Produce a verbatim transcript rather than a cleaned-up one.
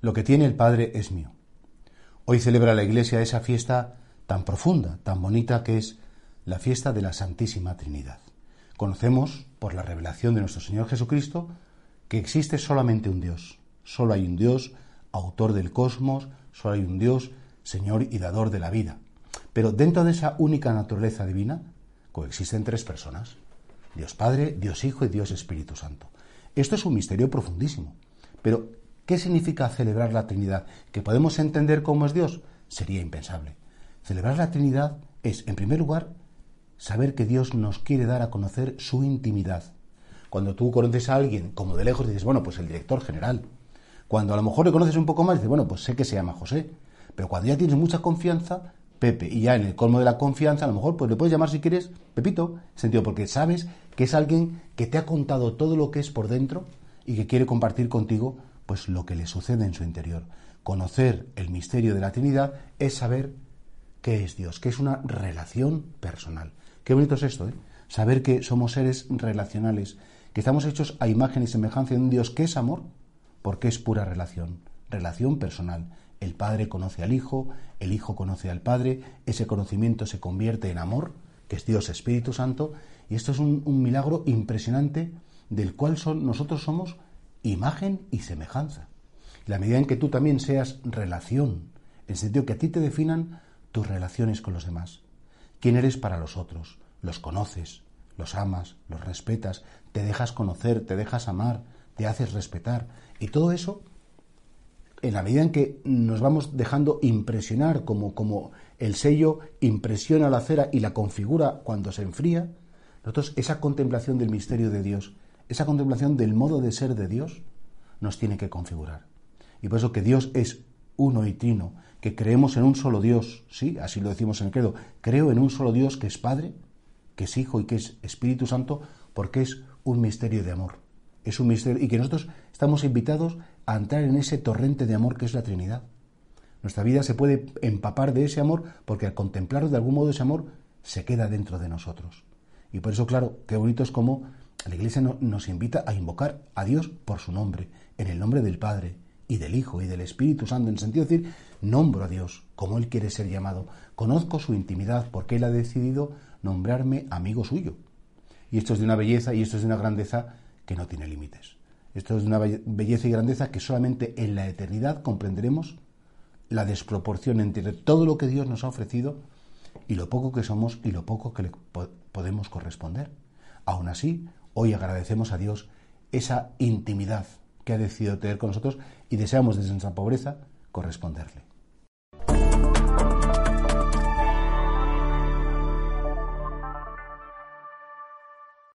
Lo que tiene el Padre es mío. Hoy celebra la Iglesia esa fiesta tan profunda, tan bonita que es la fiesta de la Santísima Trinidad. Conocemos, por la revelación de nuestro Señor Jesucristo, que existe solamente un Dios. Solo hay un Dios, autor del cosmos, solo hay un Dios, Señor y dador de la vida. Pero dentro de esa única naturaleza divina coexisten tres personas: Dios Padre, Dios Hijo y Dios Espíritu Santo. Esto es un misterio profundísimo. Pero, ¿qué significa celebrar la Trinidad? ¿Que podemos entender cómo es Dios? Sería impensable. Celebrar la Trinidad es, en primer lugar, saber que Dios nos quiere dar a conocer su intimidad. Cuando tú conoces a alguien como de lejos, dices, bueno, pues el director general. Cuando a lo mejor le conoces un poco más, dices, bueno, pues sé que se llama José. Pero cuando ya tienes mucha confianza, Pepe, y ya en el colmo de la confianza, a lo mejor pues le puedes llamar si quieres Pepito, sentido, porque sabes que es alguien que te ha contado todo lo que es por dentro y que quiere compartir contigo pues lo que le sucede en su interior. Conocer el misterio de la Trinidad es saber qué es Dios, que es una relación personal. Qué bonito es esto, ¿eh? Saber que somos seres relacionales, que estamos hechos a imagen y semejanza de un Dios que es amor, porque es pura relación, relación personal. El Padre conoce al Hijo, el Hijo conoce al Padre, ese conocimiento se convierte en amor, que es Dios Espíritu Santo, y esto es un, un milagro impresionante del cual son, nosotros somos imagen y semejanza. Y la medida en que tú también seas relación, en el sentido que a ti te definan tus relaciones con los demás. ¿Quién eres para los otros? Los conoces, los amas, los respetas, te dejas conocer, te dejas amar, te haces respetar. Y todo eso, en la medida en que nos vamos dejando impresionar, como, como el sello impresiona la cera y la configura cuando se enfría, nosotros esa contemplación del misterio de Dios, esa contemplación del modo de ser de Dios, nos tiene que configurar. Y por eso que Dios es uno y trino, que creemos en un solo Dios, sí, así lo decimos en el credo, creo en un solo Dios que es Padre, que es Hijo y que es Espíritu Santo, porque es un misterio de amor. Es un misterio, y que nosotros estamos invitados a entrar en ese torrente de amor que es la Trinidad. Nuestra vida se puede empapar de ese amor porque al contemplar de algún modo ese amor se queda dentro de nosotros. Y por eso, claro, qué bonito es como la Iglesia nos invita a invocar a Dios por su nombre, en el nombre del Padre y del Hijo y del Espíritu Santo, en el sentido de decir, nombro a Dios como Él quiere ser llamado, conozco su intimidad porque Él ha decidido nombrarme amigo suyo. Y esto es de una belleza y esto es de una grandeza que no tiene límites. Esto es de una belleza y grandeza que solamente en la eternidad comprenderemos la desproporción entre todo lo que Dios nos ha ofrecido y lo poco que somos y lo poco que le po- podemos corresponder. Aún así, hoy agradecemos a Dios esa intimidad que ha decidido tener con nosotros y deseamos desde nuestra pobreza corresponderle.